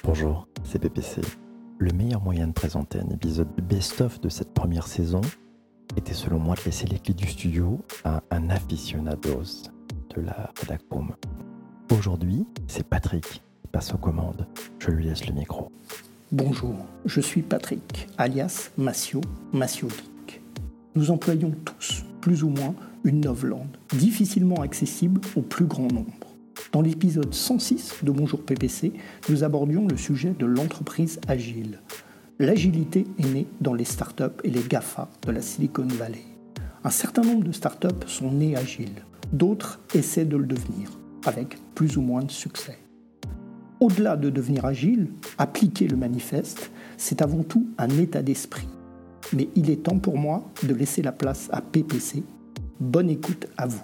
Bonjour, c'est PPC. Le meilleur moyen de présenter un épisode best-of de cette première saison était selon moi de laisser les clés du studio à un aficionados de la Redacroom. Aujourd'hui, c'est Patrick qui passe aux commandes. Je lui laisse le micro. Bonjour, je suis Patrick, alias Massio Geek. Nous employons tous, plus ou moins, une novlangue, difficilement accessible au plus grand nombre. Dans l'épisode 106 de Bonjour PPC, nous abordions le sujet de l'entreprise agile. L'agilité est née dans les startups et les GAFA de la Silicon Valley. Un certain nombre de startups sont nées agiles, d'autres essaient de le devenir, avec plus ou moins de succès. Au-delà de devenir agile, appliquer le manifeste, c'est avant tout un état d'esprit. Mais il est temps pour moi de laisser la place à PPC. Bonne écoute à vous.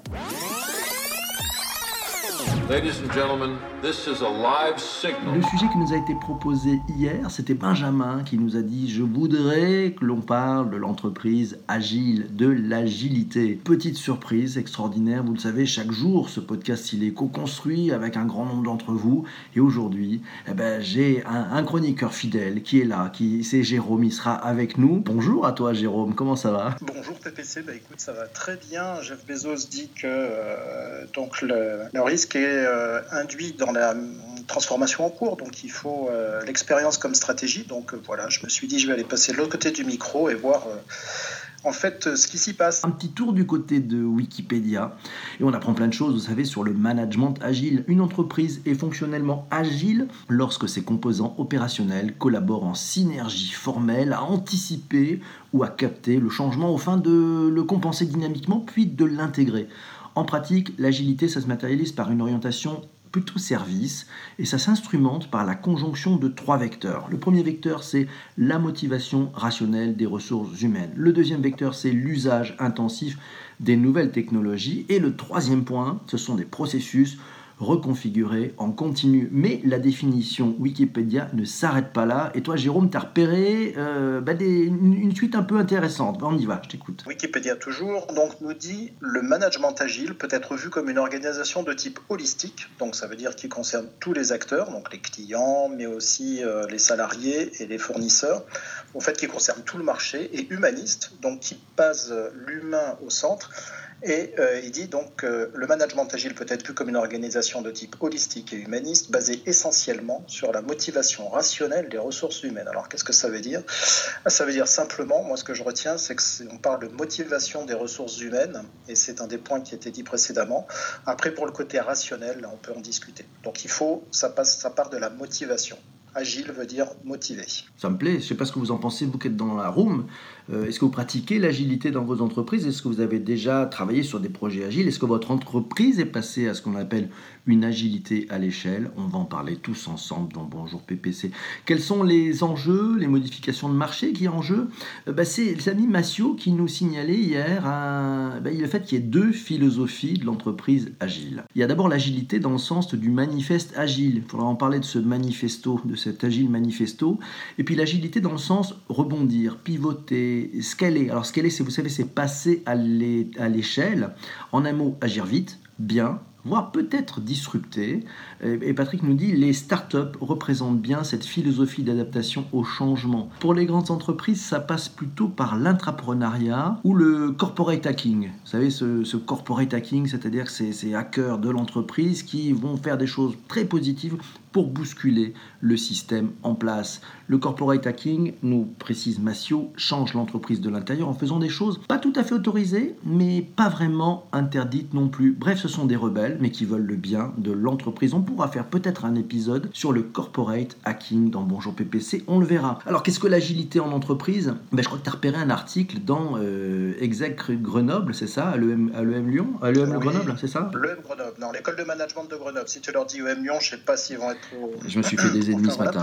Ladies and gentlemen, this is a live signal. Le sujet qui nous a été proposé hier, c'était Benjamin qui nous a dit « Je voudrais que l'on parle de l'entreprise agile, de l'agilité ». Petite surprise extraordinaire, vous le savez, chaque jour, ce podcast, il est co-construit avec un grand nombre d'entre vous. Et aujourd'hui, j'ai un chroniqueur fidèle qui est là, c'est Jérôme, il sera avec nous. Bonjour à toi Jérôme, comment ça va ? Bonjour PPC, écoute, ça va très bien. Jeff Bezos dit que le risque est induit dans la transformation en cours, donc il faut l'expérience comme stratégie. Donc voilà, je me suis dit je vais aller passer de l'autre côté du micro et voir en fait ce qui s'y passe. Un petit tour du côté de Wikipédia et on apprend plein de choses, vous savez, sur le management agile. Une entreprise est fonctionnellement agile lorsque ses composants opérationnels collaborent en synergie formelle à anticiper ou à capter le changement au fin de le compenser dynamiquement puis de l'intégrer. En pratique, l'agilité, ça se matérialise par une orientation plutôt service et ça s'instrumente par la conjonction de 3 vecteurs. Le premier vecteur, c'est la motivation rationnelle des ressources humaines. Le deuxième vecteur, c'est l'usage intensif des nouvelles technologies. Et le troisième point, ce sont des processus reconfiguré en continu. Mais la définition Wikipédia ne s'arrête pas là. Et toi, Jérôme, tu as repéré une suite un peu intéressante. On y va, je t'écoute. Wikipédia toujours, donc nous dit le management agile peut être vu comme une organisation de type holistique, donc ça veut dire qu'il concerne tous les acteurs, donc les clients, mais aussi les salariés et les fournisseurs, en fait qui concerne tout le marché, et humaniste, donc qui base l'humain au centre. Et il dit donc que le management agile peut être vu comme une organisation de type holistique et humaniste basée essentiellement sur la motivation rationnelle des ressources humaines. Alors qu'est-ce que ça veut dire ? Ça veut dire simplement, moi ce que je retiens, c'est qu'on parle de motivation des ressources humaines et c'est un des points qui a été dit précédemment. Après pour le côté rationnel, là, on peut en discuter. Donc ça part de la motivation. Agile veut dire motivé. Ça me plaît, je ne sais pas ce que vous en pensez, vous qui êtes dans la room. Est-ce que vous pratiquez l'agilité dans vos entreprises ? Est-ce que vous avez déjà travaillé sur des projets agiles ? Est-ce que votre entreprise est passée à ce qu'on appelle une agilité à l'échelle ? On va en parler tous ensemble dans Bonjour PPC. Quels sont les enjeux, les modifications de marché qui est en jeu ? C'est l'ami Massio qui nous signalait hier le fait qu'il y ait 2 philosophies de l'entreprise agile. Il y a d'abord l'agilité dans le sens du manifeste agile. Il faudra en parler de ce manifesto, de cet agile manifesto. Et puis l'agilité dans le sens rebondir, pivoter, scaler. Alors scaler, vous savez, c'est passer à l'échelle. En un mot, agir vite, bien, voire peut-être disrupter. Et Patrick nous dit, les startups représentent bien cette philosophie d'adaptation au changement. Pour les grandes entreprises, ça passe plutôt par l'intrapreneuriat ou le corporate hacking. Vous savez, ce corporate hacking, c'est-à-dire que ces hackers de l'entreprise qui vont faire des choses très positives pour bousculer le système en place. Le corporate hacking, nous précise Massio, change l'entreprise de l'intérieur en faisant des choses pas tout à fait autorisées, mais pas vraiment interdites non plus. Bref, ce sont des rebelles, mais qui veulent le bien de l'entreprise. On pourra faire peut-être un épisode sur le corporate hacking dans Bonjour PPC, on le verra. Alors, qu'est-ce que l'agilité en entreprise ? Je crois que tu as repéré un article dans Exec Grenoble, c'est ça ? À l'EM Lyon ? À l'EM Grenoble, c'est ça ? L'EM Grenoble, non, l'école de management de Grenoble. Si tu leur dis EM Lyon, je ne sais pas s'ils vont être Je me suis fait des ennemis ce matin.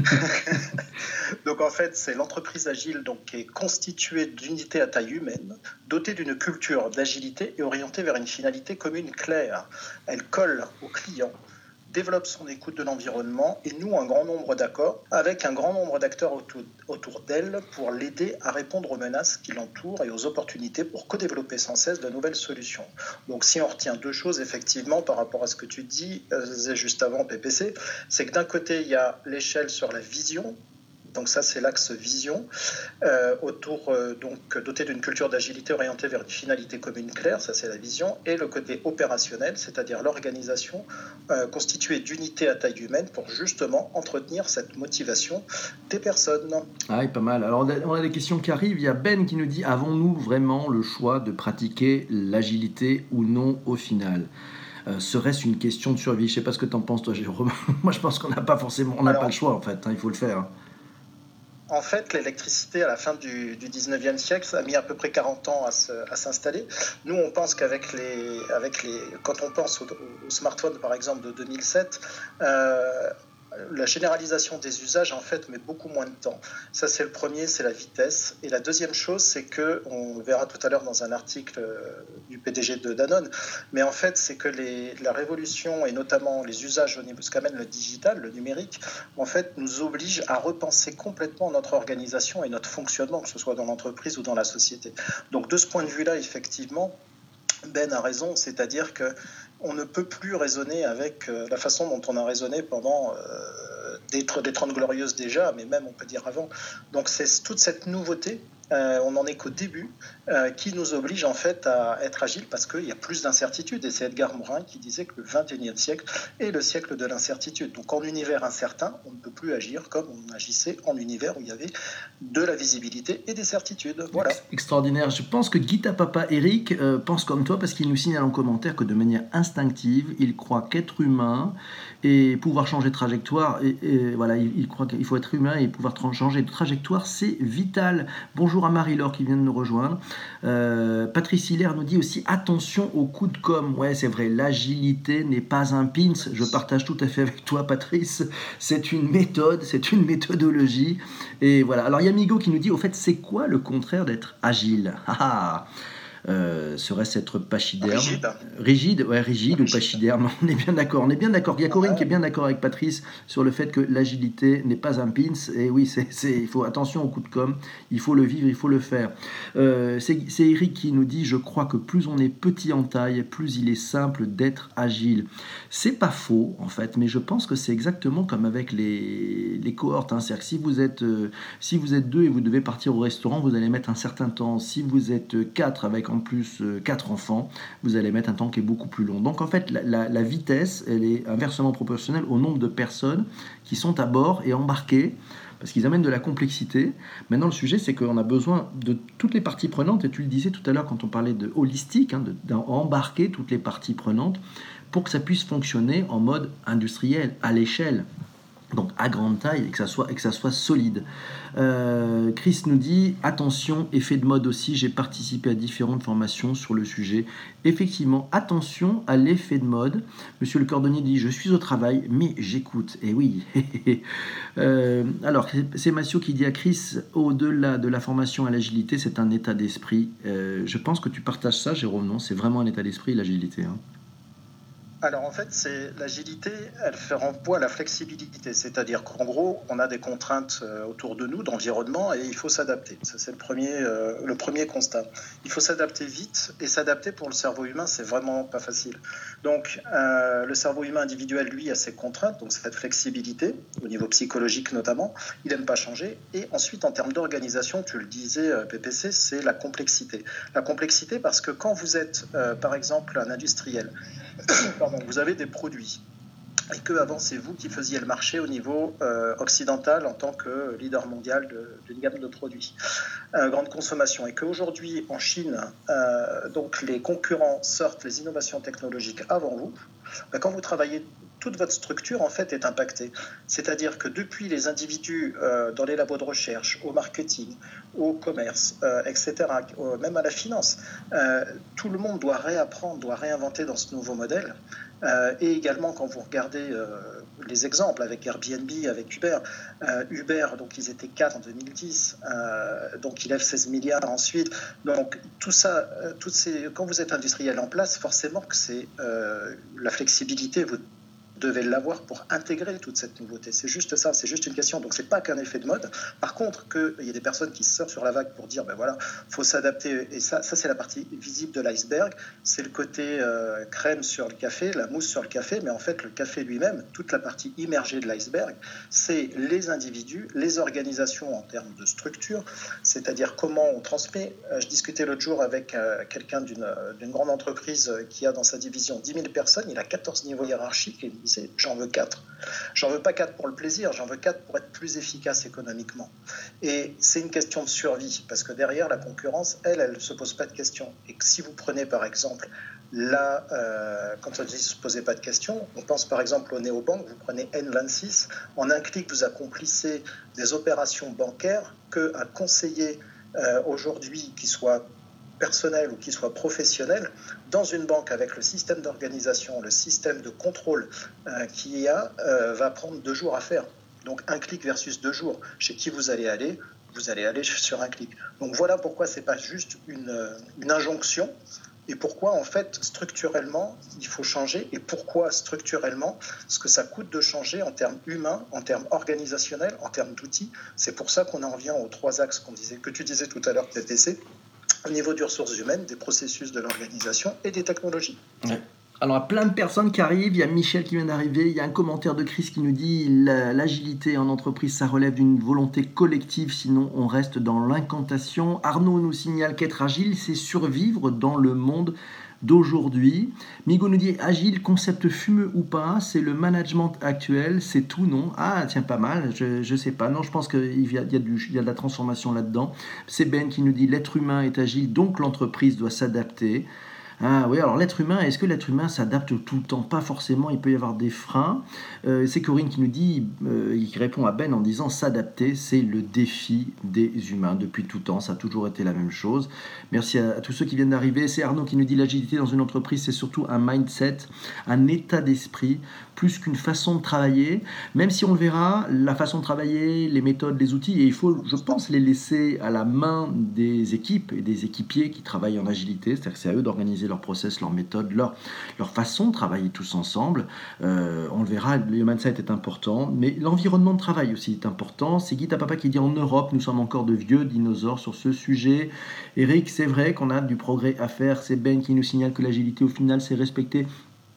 Donc en fait, c'est l'entreprise agile qui est constituée d'unités à taille humaine, dotée d'une culture d'agilité et orientée vers une finalité commune claire. Elle colle aux clients développe son écoute de l'environnement et noue un grand nombre d'accords avec un grand nombre d'acteurs autour d'elle pour l'aider à répondre aux menaces qui l'entourent et aux opportunités pour co-développer sans cesse de nouvelles solutions. Donc si on retient deux choses effectivement par rapport à ce que tu dis juste avant PPC, c'est que d'un côté il y a l'échelle sur la vision. Donc ça, c'est l'axe vision, donc doté d'une culture d'agilité orientée vers une finalité commune claire, ça c'est la vision, et le côté opérationnel, c'est-à-dire l'organisation constituée d'unités à taille humaine pour justement entretenir cette motivation des personnes. Ah oui, pas mal. Alors on a des questions qui arrivent. Il y a Ben qui nous dit, avons-nous vraiment le choix de pratiquer l'agilité ou non au final ? Serait-ce une question de survie ? Je ne sais pas ce que tu en penses toi, Jérôme. Moi je pense qu'on n'a pas forcément, on n'a pas le choix en fait, il faut le faire. En fait, l'électricité, à la fin du 19e siècle, ça a mis à peu près 40 ans à s'installer. Nous, on pense qu'avec quand on pense au smartphone, par exemple, de 2007, la généralisation des usages, en fait, met beaucoup moins de temps. Ça, c'est le premier, c'est la vitesse. Et la deuxième chose, c'est que, on le verra tout à l'heure dans un article du PDG de Danone, mais en fait, c'est que la révolution, et notamment les usages au niveau, ce qu'amène le digital, le numérique, en fait, nous oblige à repenser complètement notre organisation et notre fonctionnement, que ce soit dans l'entreprise ou dans la société. Donc, de ce point de vue-là, effectivement, Ben a raison, c'est-à-dire que on ne peut plus raisonner avec la façon dont on a raisonné pendant des 30 Glorieuses déjà, mais même on peut dire avant. Donc c'est toute cette nouveauté, on n'en est qu'au début, qui nous oblige en fait à être agile parce qu'il y a plus d'incertitude. Et c'est Edgar Morin qui disait que le 21e siècle est le siècle de l'incertitude. Donc en univers incertain, on ne peut plus agir comme on agissait en univers où il y avait de la visibilité et des certitudes. Voilà. Extraordinaire. Je pense que Guita Papa Eric pense comme toi parce qu'il nous signale en commentaire que de manière instinctive, il croit qu'être humain et pouvoir changer de trajectoire, et voilà, il croit qu'il faut être humain et pouvoir changer de trajectoire, c'est vital. Bonjour à Marie-Laure qui vient de nous rejoindre. Patrice Hilaire nous dit aussi attention au coup de com'. Ouais, c'est vrai, l'agilité n'est pas un pins. Je partage tout à fait avec toi, Patrice. C'est une méthode, c'est une méthodologie. Et voilà. Alors, il y a Migo qui nous dit au fait, c'est quoi le contraire d'être agile ? Serait-ce être pachyderme ? Rigide ou pachyderme. On est bien d'accord. Il y a Corinne qui est bien d'accord avec Patrice sur le fait que l'agilité n'est pas un pins. Et oui, il faut attention au coup de com'. Il faut le vivre, il faut le faire. C'est Eric qui nous dit je crois que plus on est petit en taille, plus il est simple d'être agile. C'est pas faux en fait, mais je pense que c'est exactement comme avec les cohortes. C'est-à-dire que si vous êtes 2 et vous devez partir au restaurant, vous allez mettre un certain temps. Si vous êtes 4 avec en plus 4 enfants, vous allez mettre un temps qui est beaucoup plus long. Donc en fait, la vitesse, elle est inversement proportionnelle au nombre de personnes qui sont à bord et embarquées, parce qu'ils amènent de la complexité. Maintenant, le sujet, c'est qu'on a besoin de toutes les parties prenantes, et tu le disais tout à l'heure quand on parlait de holistique, d'embarquer toutes les parties prenantes pour que ça puisse fonctionner en mode industriel, à l'échelle. Donc à grande taille et que ça soit solide. Chris nous dit attention, effet de mode aussi, j'ai participé à différentes formations sur le sujet. Effectivement, attention à l'effet de mode. Monsieur le cordonnier dit je suis au travail mais j'écoute. Et oui. Alors c'est Massio qui dit à Chris au-delà de la formation à l'agilité, c'est un état d'esprit. Je pense que tu partages ça, Jérôme, non ? C'est vraiment un état d'esprit, l'agilité, Alors en fait, l'agilité, elle fait renvoi à la flexibilité, c'est-à-dire qu'en gros, on a des contraintes autour de nous, d'environnement, et il faut s'adapter. Ça, c'est le premier constat. Il faut s'adapter vite, et s'adapter pour le cerveau humain, c'est vraiment pas facile. Donc le cerveau humain individuel, lui, a ses contraintes, donc cette flexibilité, au niveau psychologique notamment, il n'aime pas changer. Et ensuite, en termes d'organisation, tu le disais, PPC, c'est la complexité. La complexité parce que quand vous êtes, par exemple, un industriel, vous avez des produits et que avant c'est vous qui faisiez le marché au niveau occidental en tant que leader mondial d'une gamme de produits grande consommation, et qu'aujourd'hui en Chine donc les concurrents sortent les innovations technologiques avant vous, quand vous travaillez, toute votre structure en fait est impactée. C'est-à-dire que depuis les individus dans les labos de recherche, au marketing, au commerce, etc., même à la finance, tout le monde doit réapprendre, doit réinventer dans ce nouveau modèle. Et également quand vous regardez les exemples avec Airbnb, avec Uber, donc ils étaient 4 en 2010, donc ils lèvent 16 milliards ensuite. Donc tout ça, quand vous êtes industriel en place, forcément que c'est la flexibilité, devait l'avoir pour intégrer toute cette nouveauté. C'est juste ça, c'est juste une question. Donc c'est pas qu'un effet de mode. Par contre, qu'il y ait des personnes qui se sortent sur la vague pour dire, ben voilà, faut s'adapter. Et ça c'est la partie visible de l'iceberg. C'est le côté crème sur le café, la mousse sur le café. Mais en fait, le café lui-même, toute la partie immergée de l'iceberg, c'est les individus, les organisations en termes de structure, c'est-à-dire comment on transmet. Je discutais l'autre jour avec quelqu'un d'une grande entreprise qui a dans sa division 10 000 personnes. Il a 14 niveaux hiérarchiques et il me disait j'en veux 4. J'en veux pas 4 pour le plaisir, j'en veux 4 pour être plus efficace économiquement. Et c'est une question de survie parce que derrière la concurrence, elle se pose pas de questions. Et si vous prenez par exemple là, quand on dit se poser pas de questions, on pense par exemple aux néobanques, vous prenez N26, en un clic vous accomplissez des opérations bancaires qu'un conseiller aujourd'hui qui soit personnel ou qui soit professionnel, dans une banque avec le système d'organisation, le système de contrôle qu'il y a, va prendre 2 jours à faire. Donc un clic versus 2 jours. Chez qui vous allez aller sur un clic. Donc voilà pourquoi ce n'est pas juste une injonction et pourquoi en fait structurellement il faut changer et pourquoi structurellement ce que ça coûte de changer en termes humains, en termes organisationnels, en termes d'outils. C'est pour ça qu'on en revient aux 3 axes que tu disais tout à l'heure, TTC, au niveau des ressources humaines, des processus de l'organisation et des technologies. Ouais. Alors, il y a plein de personnes qui arrivent. Il y a Michel qui vient d'arriver. Il y a un commentaire de Chris qui nous dit l'agilité en entreprise, ça relève d'une volonté collective, sinon on reste dans l'incantation. Arnaud nous signale qu'être agile, c'est survivre dans le monde d'aujourd'hui. Migo nous dit agile, concept fumeux ou pas, c'est le management actuel, c'est tout, non? Ah, tiens, pas mal, je sais pas. Non, je pense qu'il y a de la transformation là-dedans. C'est Ben qui nous dit l'être humain est agile, donc l'entreprise doit s'adapter. Ah oui, alors l'être humain, est-ce que l'être humain s'adapte tout le temps? Pas forcément, il peut y avoir des freins. C'est Corinne qui nous dit, qui répond à Ben en disant s'adapter, c'est le défi des humains. Depuis tout temps, ça a toujours été la même chose. Merci à tous ceux qui viennent d'arriver. C'est Arnaud qui nous dit l'agilité dans une entreprise, c'est surtout un mindset, un état d'esprit, plus qu'une façon de travailler. Même si on le verra, la façon de travailler, les méthodes, les outils, et il faut, je pense, les laisser à la main des équipes et des équipiers qui travaillent en agilité. C'est-à-dire que c'est à eux d'organiser leur process, leur méthode, leur façon de travailler tous ensemble. On le verra, le mindset est important, mais l'environnement de travail aussi est important. C'est Guy Papa qui dit en Europe, nous sommes encore de vieux dinosaures sur ce sujet. Eric, c'est vrai qu'on a du progrès à faire. C'est Ben qui nous signale que l'agilité, au final, c'est respecter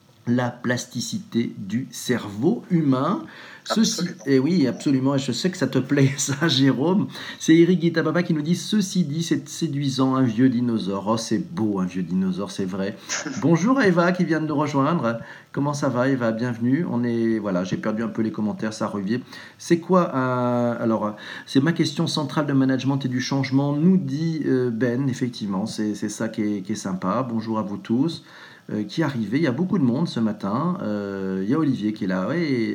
la plasticité du cerveau humain. Ceci, et oui, absolument, et je sais que ça te plaît, ça, Jérôme. C'est Eric Guitapapa qui nous dit ceci dit, c'est séduisant, un vieux dinosaure. Oh, c'est beau, un vieux dinosaure, c'est vrai. Bonjour à Eva qui vient de nous rejoindre. Comment ça va, Eva? Bienvenue. Voilà, j'ai perdu un peu les commentaires, ça revient. C'est quoi alors, c'est ma question centrale de management et du changement, nous dit Ben, effectivement, c'est ça qui est sympa. Bonjour à vous tous. Qui est arrivé. Il y a beaucoup de monde ce matin. Il y a Olivier qui est là. Ouais,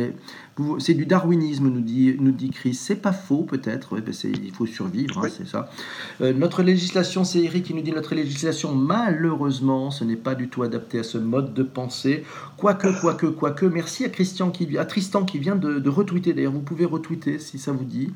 c'est du darwinisme, nous dit Chris. C'est pas faux, peut-être. Ouais, il faut survivre, oui. C'est ça. Notre législation, c'est Eric qui nous dit notre législation, malheureusement, ce n'est pas du tout adapté à ce mode de pensée. Quoique. Merci à Tristan qui vient de retweeter. D'ailleurs, vous pouvez retweeter si ça vous dit.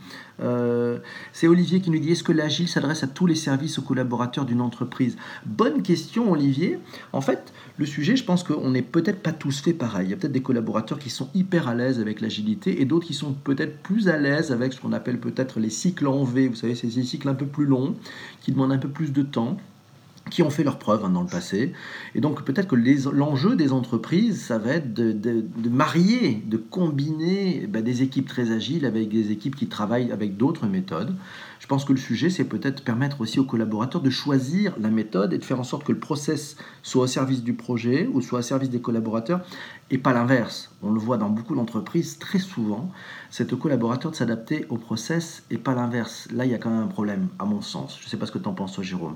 C'est Olivier qui nous dit est-ce que l'agile s'adresse à tous les services aux collaborateurs d'une entreprise? Bonne question, Olivier. En fait, le sujet, je pense qu'on n'est peut-être pas tous fait pareil. Il y a peut-être des collaborateurs qui sont hyper à l'aise avec l'agilité et d'autres qui sont peut-être plus à l'aise avec ce qu'on appelle peut-être les cycles en V. Vous savez, c'est des cycles un peu plus longs, qui demandent un peu plus de temps, qui ont fait leurs preuves dans le passé. Et donc peut-être que l'enjeu des entreprises, ça va être de marier, de combiner des équipes très agiles avec des équipes qui travaillent avec d'autres méthodes. Je pense que le sujet, c'est peut-être permettre aussi aux collaborateurs de choisir la méthode et de faire en sorte que le process soit au service du projet ou soit au service des collaborateurs et pas l'inverse. On le voit dans beaucoup d'entreprises, très souvent, c'est au collaborateur de s'adapter au process et pas l'inverse. Là, il y a quand même un problème, à mon sens. Je ne sais pas ce que tu en penses, toi, Jérôme.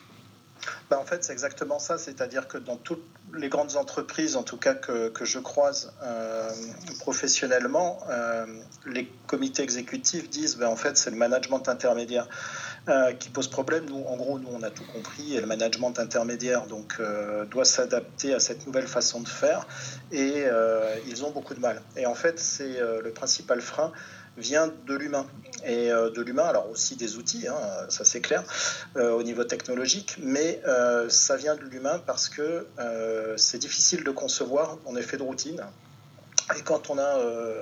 En fait, c'est exactement ça, c'est-à-dire que dans toutes les grandes entreprises, en tout cas que je croise professionnellement, les comités exécutifs disent en fait c'est le management intermédiaire qui pose problème. Nous, en gros, on a tout compris et le management intermédiaire doit s'adapter à cette nouvelle façon de faire et ils ont beaucoup de mal. Et en fait, c'est le principal frein vient de l'humain. Et de l'humain, alors aussi des outils, ça c'est clair, au niveau technologique, mais ça vient de l'humain parce que c'est difficile de concevoir en effet de routine. Et quand on a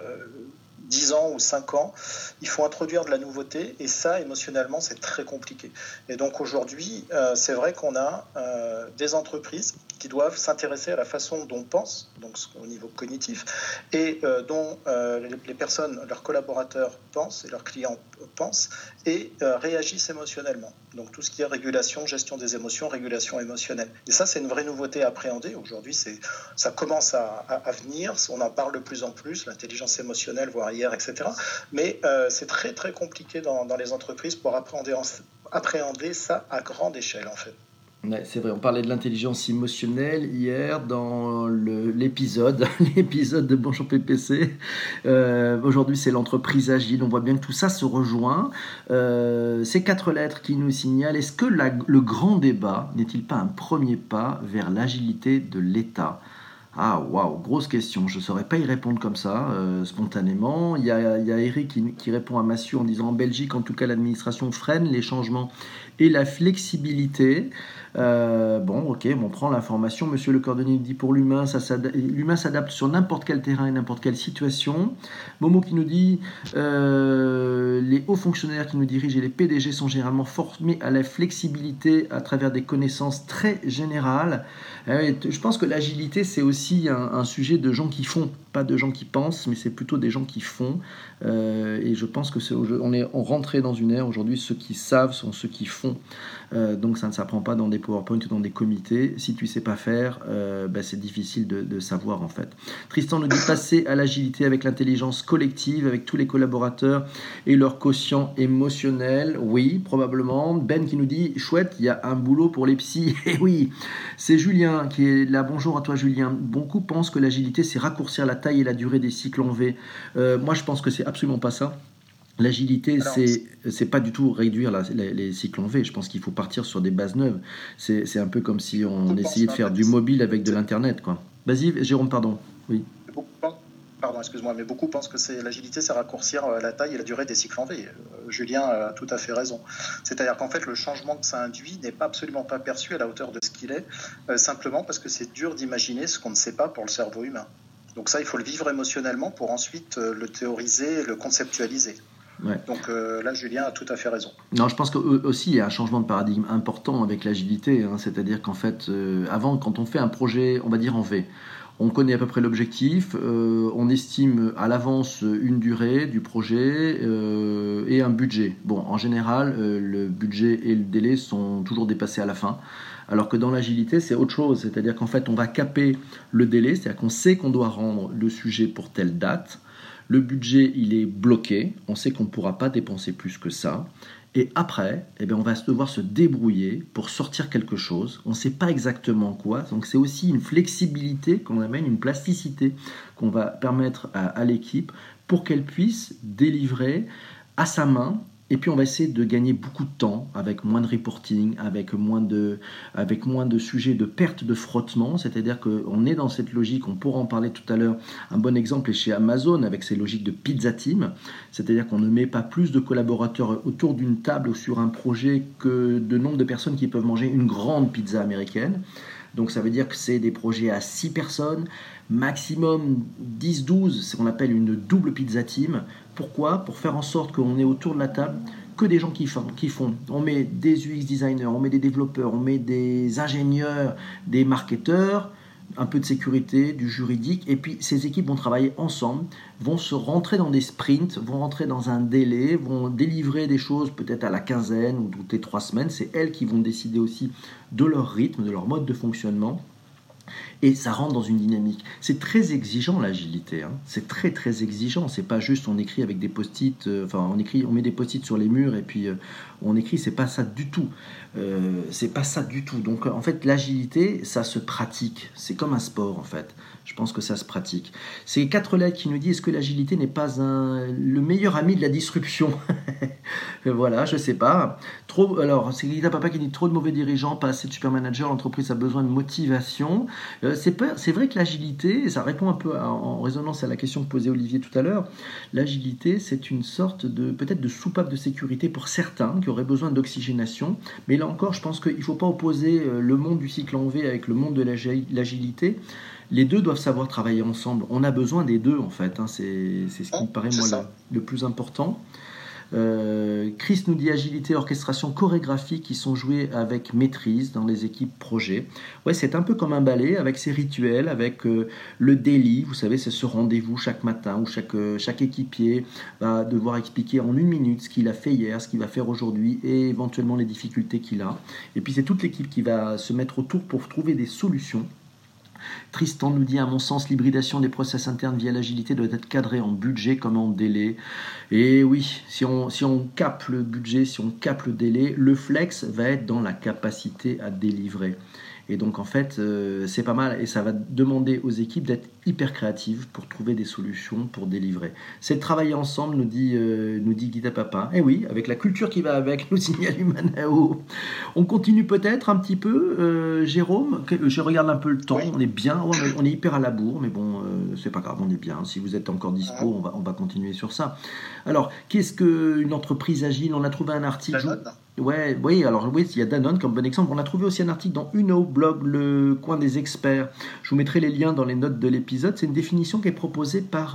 10 ans ou 5 ans, il faut introduire de la nouveauté, et ça, émotionnellement, c'est très compliqué. Et donc aujourd'hui, c'est vrai qu'on a des entreprises qui doivent s'intéresser à la façon dont on pense, donc au niveau cognitif, et dont les personnes, leurs collaborateurs pensent, et leurs clients pensent, et réagissent émotionnellement. Donc tout ce qui est régulation, gestion des émotions, régulation émotionnelle. Et ça, c'est une vraie nouveauté à appréhender. Aujourd'hui, ça commence à venir, on en parle de plus en plus, l'intelligence émotionnelle, voire hier, etc. Mais c'est très très compliqué dans les entreprises pour appréhender ça à grande échelle, en fait. Ouais, c'est vrai, on parlait de l'intelligence émotionnelle hier dans l'épisode de Bonjour PPC. Aujourd'hui, c'est l'entreprise agile. On voit bien que tout ça se rejoint. Ces 4 lettres qui nous signalent, est-ce que le grand débat n'est-il pas un premier pas vers l'agilité de l'État ? Ah, waouh, grosse question. Je ne saurais pas y répondre comme ça, spontanément. Il y a Eric qui répond à Massieu en disant « En Belgique, en tout cas, l'administration freine les changements et la flexibilité. » Bon, ok, on prend l'information. Monsieur Le Cordonnier dit « Pour l'humain, l'humain s'adapte sur n'importe quel terrain et n'importe quelle situation. » Momo qui nous dit « Les hauts fonctionnaires qui nous dirigent et les PDG sont généralement formés à la flexibilité à travers des connaissances très générales. » Je pense que l'agilité, c'est aussi un sujet de gens qui font, pas de gens qui pensent, mais c'est plutôt des gens qui font. Et je pense que on rentrait dans une ère aujourd'hui, ceux qui savent sont ceux qui font. Donc ça ne s'apprend pas dans des PowerPoint ou dans des comités. Si tu ne sais pas faire, c'est difficile de savoir en fait. Tristan nous dit passer à l'agilité avec l'intelligence collective, avec tous les collaborateurs et leur quotient émotionnel. Oui, probablement. Ben qui nous dit chouette, il y a un boulot pour les psys. Et oui, c'est Julien qui est là. Bonjour à toi Julien. Beaucoup pensent que l'agilité c'est raccourcir la taille et la durée des cycles en V. Moi je pense que c'est absolument pas ça. L'agilité, c'est pas du tout réduire les cycles en V. Je pense qu'il faut partir sur des bases neuves. C'est un peu comme si on essayait de faire du mobile avec de l'internet, quoi. Vas-y, Jérôme, pardon. Oui. Pardon, excuse-moi, mais beaucoup pensent que l'agilité, c'est raccourcir la taille et la durée des cycles en V. Julien a tout à fait raison. C'est-à-dire qu'en fait, le changement que ça induit n'est absolument pas perçu à la hauteur de ce qu'il est, simplement parce que c'est dur d'imaginer ce qu'on ne sait pas pour le cerveau humain. Donc ça, il faut le vivre émotionnellement pour ensuite le théoriser, le conceptualiser. Ouais. Donc là, Julien a tout à fait raison. Non, je pense qu'aussi, il y a un changement de paradigme important avec l'agilité. C'est-à-dire qu'en fait, avant, quand on fait un projet, on va dire en V, on connaît à peu près l'objectif, on estime à l'avance une durée du projet et un budget. Bon, en général, le budget et le délai sont toujours dépassés à la fin. Alors que dans l'agilité, c'est autre chose. C'est-à-dire qu'en fait, on va caper le délai, c'est-à-dire qu'on sait qu'on doit rendre le sujet pour telle date. Le budget, il est bloqué. On sait qu'on ne pourra pas dépenser plus que ça. Et après, on va devoir se débrouiller pour sortir quelque chose. On ne sait pas exactement quoi. Donc c'est aussi une flexibilité qu'on amène, une plasticité qu'on va permettre à l'équipe pour qu'elle puisse délivrer à sa main. Et puis on va essayer de gagner beaucoup de temps avec moins de reporting, avec moins de sujets de perte de frottement. C'est-à-dire qu'on est dans cette logique, on pourra en parler tout à l'heure. Un bon exemple est chez Amazon avec ses logiques de pizza team. C'est-à-dire qu'on ne met pas plus de collaborateurs autour d'une table ou sur un projet que de nombre de personnes qui peuvent manger une grande pizza américaine. Donc ça veut dire que c'est des projets à 6 personnes, maximum 10-12, c'est ce qu'on appelle une double pizza team. Pourquoi ? Pour faire en sorte qu'on ait autour de la table que des gens qui font. On met des UX designers, on met des développeurs, on met des ingénieurs, des marketeurs, un peu de sécurité, du juridique, et puis ces équipes vont travailler ensemble, vont se rentrer dans des sprints, vont rentrer dans un délai, vont délivrer des choses peut-être à la quinzaine ou toutes les 3 semaines. C'est elles qui vont décider aussi de leur rythme, de leur mode de fonctionnement. Et ça rentre dans une dynamique. C'est très exigeant l'agilité, hein. C'est très très exigeant. C'est pas juste on écrit avec des post-it, on met des post-it sur les murs et puis on écrit. C'est pas ça du tout. C'est pas ça du tout. Donc en fait l'agilité, ça se pratique. C'est comme un sport en fait. Je pense que ça se pratique. C'est 4 lettres qui nous disent est-ce que l'agilité n'est pas le meilleur ami de la disruption? Voilà, je sais pas. Alors, c'est Guita Papa qui dit trop de mauvais dirigeants, pas assez de super managers, l'entreprise a besoin de motivation. C'est vrai que l'agilité, ça répond un peu en résonance à la question que posait Olivier tout à l'heure. L'agilité, c'est une sorte peut-être de soupape de sécurité pour certains qui auraient besoin d'oxygénation. Mais là encore, je pense qu'il ne faut pas opposer le monde du cycle en V avec le monde de l'agilité. les deux doivent savoir travailler ensemble. On a besoin des deux, en fait. C'est ce qui me paraît, moi, le plus important. Chris nous dit agilité, orchestration, chorégraphie qui sont jouées avec maîtrise dans les équipes projet. Ouais, c'est un peu comme un ballet avec ses rituels, avec le daily. Vous savez, c'est ce rendez-vous chaque matin où chaque équipier va devoir expliquer en 1 minute ce qu'il a fait hier, ce qu'il va faire aujourd'hui et éventuellement les difficultés qu'il a. Et puis c'est toute l'équipe qui va se mettre autour pour trouver des solutions. Tristan nous dit, à mon sens, l'hybridation des process internes via l'agilité doit être cadrée en budget comme en délai. Et oui, si on capte le budget, si on capte le délai, le flex va être dans la capacité à délivrer. Et donc en fait, c'est pas mal et ça va demander aux équipes d'être hyper créatives pour trouver des solutions pour délivrer. C'est de travailler ensemble, nous dit Guita Papa. Et oui, avec la culture qui va avec, nous signale Humanao. On continue peut-être un petit peu, Jérôme. Je regarde un peu le temps, oui. On est bien, on est hyper à la bourre, mais bon, c'est pas grave, on est bien. Si vous êtes encore dispo, on va continuer sur ça. Alors, qu'est-ce qu'une entreprise agile ? On a trouvé un article. Oui, il y a Danone comme bon exemple. On a trouvé aussi un article dans Uno blog, le coin des experts. Je vous mettrai les liens dans les notes de l'épisode. C'est une définition qui est proposée par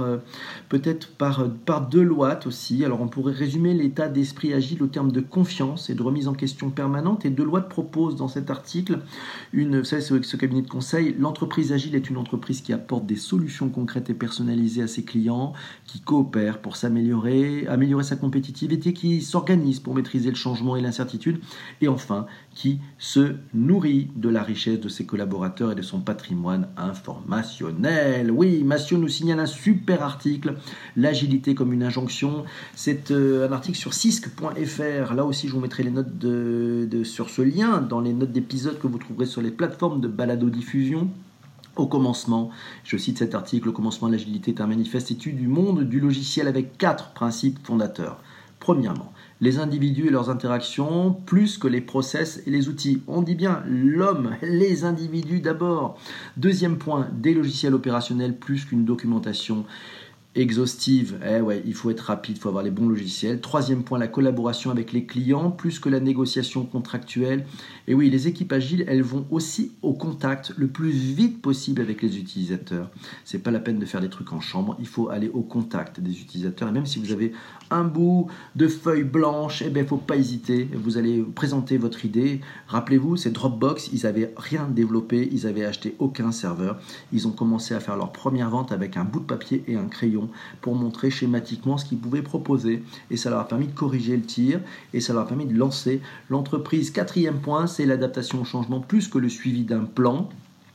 Deloitte aussi. Alors on pourrait résumer l'état d'esprit agile au terme de confiance et de remise en question permanente. Et Deloitte propose dans cet article, vous savez, ce cabinet de conseil, l'entreprise agile est une entreprise qui apporte des solutions concrètes et personnalisées à ses clients, qui coopère pour améliorer sa compétitivité, qui s'organise pour maîtriser le changement et l'incertitude, et enfin qui se nourrit de la richesse de ses collaborateurs et de son patrimoine informationnel. Oui, Massio nous signale un super article, l'agilité comme une injonction. C'est un article sur cisc.fr. Là aussi, je vous mettrai les notes sur ce lien dans les notes d'épisode que vous trouverez sur les plateformes de balado-diffusion. Au commencement, je cite cet article, au commencement, l'agilité est un manifeste étude du monde du logiciel avec 4 principes fondateurs. Premièrement, les individus et leurs interactions plus que les process et les outils. On dit bien l'homme, les individus d'abord. Deuxième point, des logiciels opérationnels plus qu'une documentation exhaustive. Il faut être rapide, il faut avoir les bons logiciels. Troisième point, la collaboration avec les clients plus que la négociation contractuelle. Et oui, les équipes agiles, elles vont aussi au contact le plus vite possible avec les utilisateurs. C'est pas la peine de faire des trucs en chambre, il faut aller au contact des utilisateurs. Et même si vous avez un bout de feuille blanche, il faut pas hésiter. Vous allez présenter votre idée. Rappelez-vous, c'est Dropbox, ils n'avaient rien développé, ils n'avaient acheté aucun serveur. Ils ont commencé à faire leur première vente avec un bout de papier et un crayon pour montrer schématiquement ce qu'ils pouvaient proposer. Et ça leur a permis de corriger le tir et ça leur a permis de lancer l'entreprise. Quatrième point, c'est l'adaptation au changement plus que le suivi d'un plan.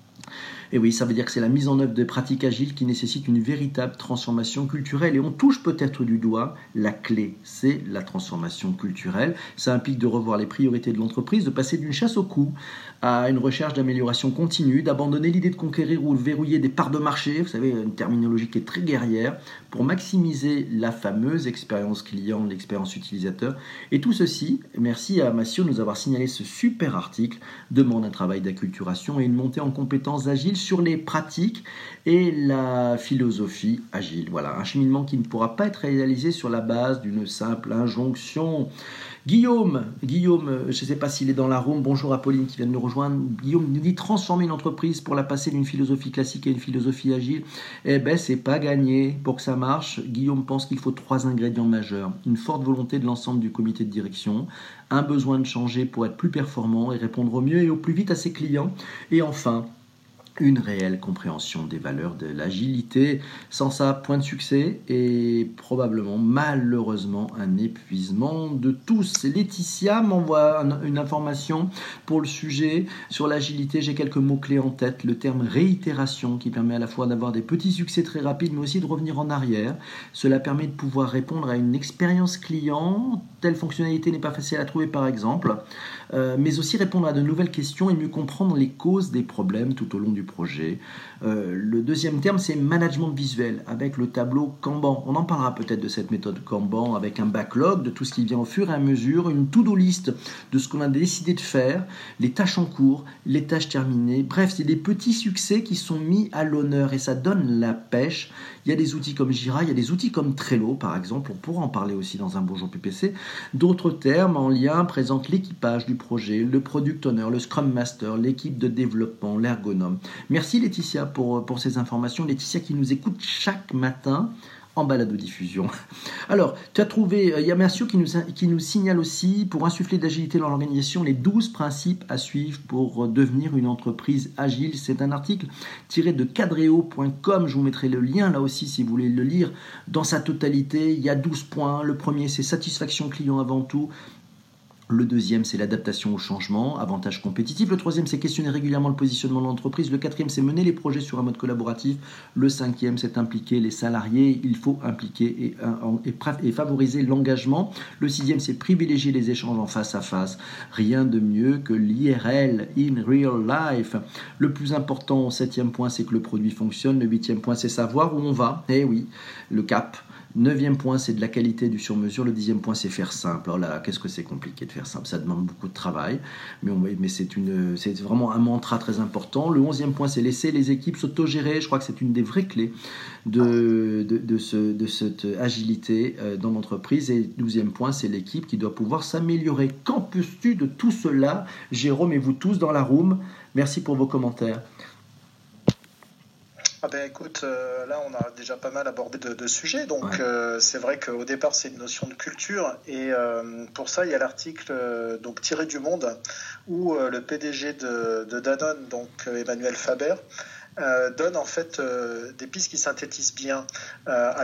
Et oui, ça veut dire que c'est la mise en œuvre de pratiques agiles qui nécessitent une véritable transformation culturelle. Et on touche peut-être du doigt la clé, c'est la transformation culturelle. Ça implique de revoir les priorités de l'entreprise, de passer d'une chasse au coût à une recherche d'amélioration continue, d'abandonner l'idée de conquérir ou de verrouiller des parts de marché, vous savez, une terminologie qui est très guerrière, pour maximiser la fameuse expérience client, l'expérience utilisateur. Et tout ceci, merci à Massio de nous avoir signalé ce super article, demande un travail d'acculturation et une montée en compétences agiles sur les pratiques et la philosophie agile. Voilà, un cheminement qui ne pourra pas être réalisé sur la base d'une simple injonction. Guillaume, je ne sais pas s'il est dans la room, bonjour à Pauline qui vient de nous rejoindre. Guillaume nous dit transformer une entreprise pour la passer d'une philosophie classique à une philosophie agile. C'est pas gagné. Pour que ça marche, Guillaume pense qu'il faut 3 ingrédients majeurs. Une forte volonté de l'ensemble du comité de direction, un besoin de changer pour être plus performant et répondre au mieux et au plus vite à ses clients. Et enfin, une réelle compréhension des valeurs de l'agilité. Sans ça, point de succès et probablement, malheureusement, un épuisement de tous. Laetitia m'envoie une information pour le sujet sur l'agilité. J'ai quelques mots-clés en tête. Le terme réitération qui permet à la fois d'avoir des petits succès très rapides, mais aussi de revenir en arrière. Cela permet de pouvoir répondre à une expérience client. Telle fonctionnalité n'est pas facile à trouver, par exemple, mais aussi répondre à de nouvelles questions et mieux comprendre les causes des problèmes tout au long du projet. Le deuxième terme, c'est management visuel avec le tableau Kanban. On en parlera peut-être de cette méthode Kanban avec un backlog de tout ce qui vient au fur et à mesure, une to-do list de ce qu'on a décidé de faire, les tâches en cours, les tâches terminées. Bref, c'est des petits succès qui sont mis à l'honneur et ça donne la pêche. Il y a des outils comme Jira, il y a des outils comme Trello par exemple, on pourra en parler aussi dans un Bonjour PPC. D'autres termes en lien présentent l'équipage du projet, le product owner, le scrum master, l'équipe de développement, l'ergonome. Merci Laetitia pour ces informations. Laetitia qui nous écoute chaque matin en balado-diffusion. Alors, tu as trouvé, il y a Mathieu qui nous signale aussi, pour insuffler d'agilité dans l'organisation, les 12 principes à suivre pour devenir une entreprise agile. C'est un article tiré de cadreo.com. Je vous mettrai le lien là aussi si vous voulez le lire dans sa totalité. Il y a 12 points. Le premier, c'est satisfaction client avant tout. Le deuxième, c'est l'adaptation au changement, avantage compétitif. Le troisième, c'est questionner régulièrement le positionnement de l'entreprise. Le quatrième, c'est mener les projets sur un mode collaboratif. Le cinquième, c'est impliquer les salariés. Il faut impliquer et favoriser l'engagement. Le sixième, c'est privilégier les échanges en face à face. Rien de mieux que l'IRL, in real life. Le plus important, au septième point, c'est que le produit fonctionne. Le huitième point, c'est savoir où on va. Eh oui, le cap. Neuvième point, c'est de la qualité du sur-mesure. Le 10e point, c'est faire simple. Alors là, qu'est-ce que c'est compliqué de faire simple? Ça demande beaucoup de travail, mais c'est vraiment un mantra très important. Le 11e point, c'est laisser les équipes s'autogérer. Je crois que c'est une des vraies clés de cette agilité dans l'entreprise. Et le 12e point, c'est l'équipe qui doit pouvoir s'améliorer. Qu'en penses-tu de tout cela, Jérôme, et vous tous dans la room? Merci pour vos commentaires. Écoute, là on a déjà pas mal abordé de sujets, donc c'est vrai qu'au départ c'est une notion de culture, et pour ça il y a l'article donc tiré du Monde où le PDG de Danone, donc Emmanuel Faber, donne en fait des pistes qui synthétisent bien à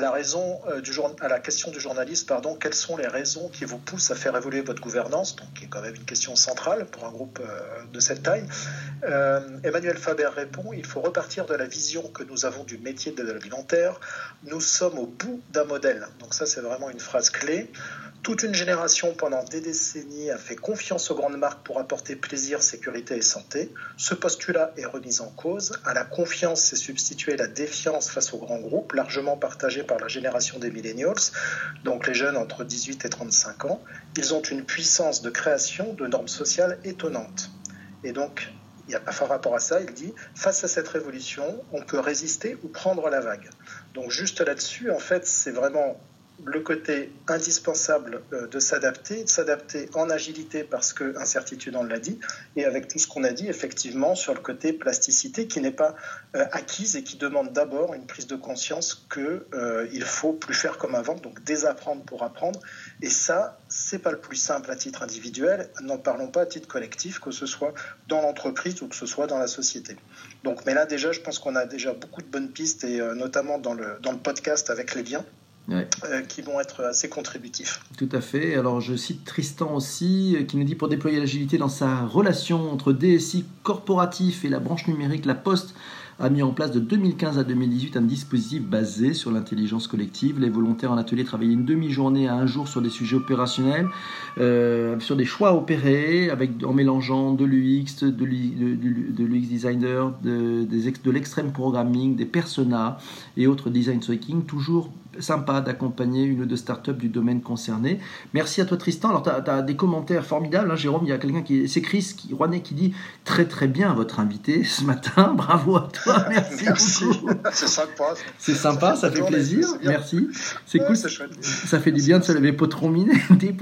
la question du journaliste, quelles sont les raisons qui vous poussent à faire évoluer votre gouvernance, donc qui est quand même une question centrale pour un groupe de cette taille. Emmanuel Faber répond: il faut repartir de la vision que nous avons du métier de l'alimentaire. Nous sommes au bout d'un modèle. Donc ça c'est vraiment une phrase clé. Toute une génération pendant des décennies a fait confiance aux grandes marques pour apporter plaisir, sécurité et santé. Ce postulat est remis en cause. À la confiance s'est substituée la défiance face aux grands groupes, largement partagée par la génération des millennials, donc les jeunes entre 18 et 35 ans. Ils ont une puissance de création de normes sociales étonnantes. Et donc, par rapport à ça, il dit, face à cette révolution, on peut résister ou prendre la vague. Donc juste là-dessus, en fait, c'est vraiment le côté indispensable de s'adapter en agilité parce que incertitude, on l'a dit, et avec tout ce qu'on a dit effectivement sur le côté plasticité qui n'est pas acquise et qui demande d'abord une prise de conscience qu'il faut plus faire comme avant, donc désapprendre pour apprendre, et ça c'est pas le plus simple à titre individuel, n'en parlons pas à titre collectif, que ce soit dans l'entreprise ou que ce soit dans la société. Donc, mais là déjà je pense qu'on a déjà beaucoup de bonnes pistes, et notamment dans le podcast avec les liens. Ouais. Qui vont être assez contributifs. Tout à fait. Alors je cite Tristan aussi qui nous dit: pour déployer l'agilité dans sa relation entre DSI corporatif et la branche numérique, La Poste a mis en place de 2015 à 2018 un dispositif basé sur l'intelligence collective. Les volontaires en atelier travaillaient une demi-journée à un jour sur des sujets opérationnels, sur des choix opérés, en mélangeant de l'UX, de l'UX designer, de l'extreme programming, des personas et autres design thinking, toujours sympa d'accompagner une ou deux startups du domaine concerné. Merci à toi Tristan. Alors tu as des commentaires formidables, hein, Jérôme. Il y a quelqu'un c'est Chris Rouanet qui dit: très très bien votre invité ce matin, bravo à toi, merci beaucoup. C'est sympa, ça fait plaisir, merci, c'est cool, c'est chouette. Ça fait du bien de se lever potron miné.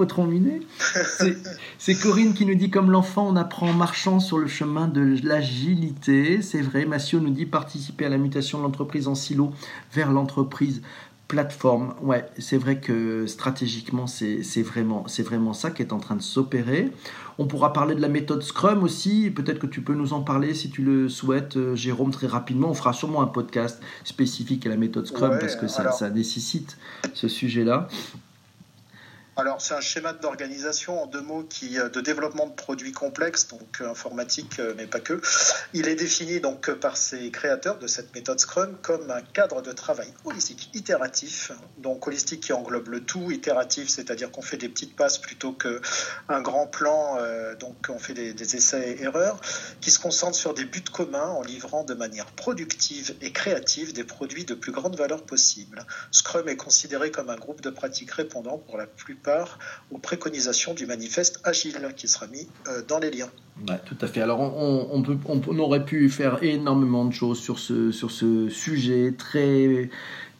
C'est Corinne qui nous dit: comme l'enfant on apprend en marchant sur le chemin de l'agilité. C'est vrai. Mathieu nous dit: participer à la mutation de l'entreprise en silo vers l'entreprise plateforme. Ouais, c'est vrai que stratégiquement, c'est vraiment ça qui est en train de s'opérer. On pourra parler de la méthode Scrum aussi. Peut-être que tu peux nous en parler si tu le souhaites, Jérôme, très rapidement. On fera sûrement un podcast spécifique à la méthode Scrum parce que ça nécessite ce sujet-là. Alors, c'est un schéma d'organisation en 2 mots de développement de produits complexes, donc informatique, mais pas que. Il est défini donc par ses créateurs de cette méthode Scrum comme un cadre de travail holistique, itératif. Donc holistique qui englobe le tout, itératif, c'est-à-dire qu'on fait des petites passes plutôt qu'un grand plan, donc on fait des essais et erreurs, qui se concentre sur des buts communs en livrant de manière productive et créative des produits de plus grande valeur possible. Scrum est considéré comme un groupe de pratiques répondant pour la plupart aux préconisations du manifeste Agile qui sera mis dans les liens. Ouais, tout à fait. Alors on aurait pu faire énormément de choses sur ce sujet très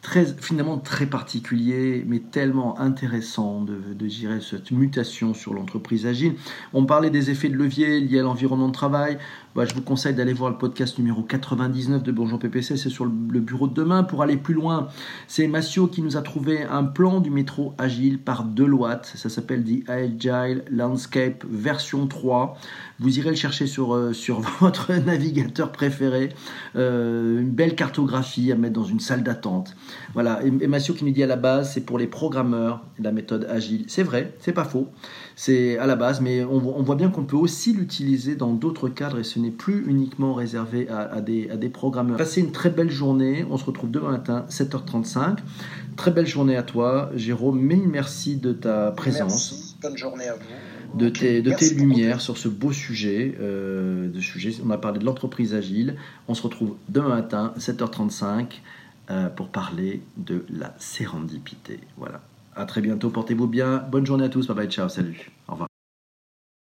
finalement très particulier, mais tellement intéressant de gérer cette mutation sur l'entreprise agile. On parlait des effets de levier liés à l'environnement de travail. Je vous conseille d'aller voir le podcast numéro 99 de Bonjour PPC, c'est sur le bureau de demain. Pour aller plus loin, c'est Massio qui nous a trouvé un plan du métro agile par Deloitte. Ça s'appelle The Agile Landscape version 3. Vous irez le chercher sur votre navigateur préféré. Une belle cartographie à mettre dans une salle d'attente. Voilà. Et Massio qui nous dit à la base, c'est pour les programmeurs la méthode agile. C'est vrai, c'est pas faux. C'est à la base, mais on voit bien qu'on peut aussi l'utiliser dans d'autres cadres et ce n'est plus uniquement réservé à des programmeurs. Passez une très belle journée. On se retrouve demain matin, 7h35. Très belle journée à toi, Jérôme. Mille merci de ta présence. Merci. Bonne journée à vous. De tes lumières sur ce beau sujet. On a parlé de l'entreprise agile. On se retrouve demain matin, 7h35, pour parler de la sérendipité. Voilà. À très bientôt, portez-vous bien. Bonne journée à tous. Bye bye, ciao, salut. Au revoir.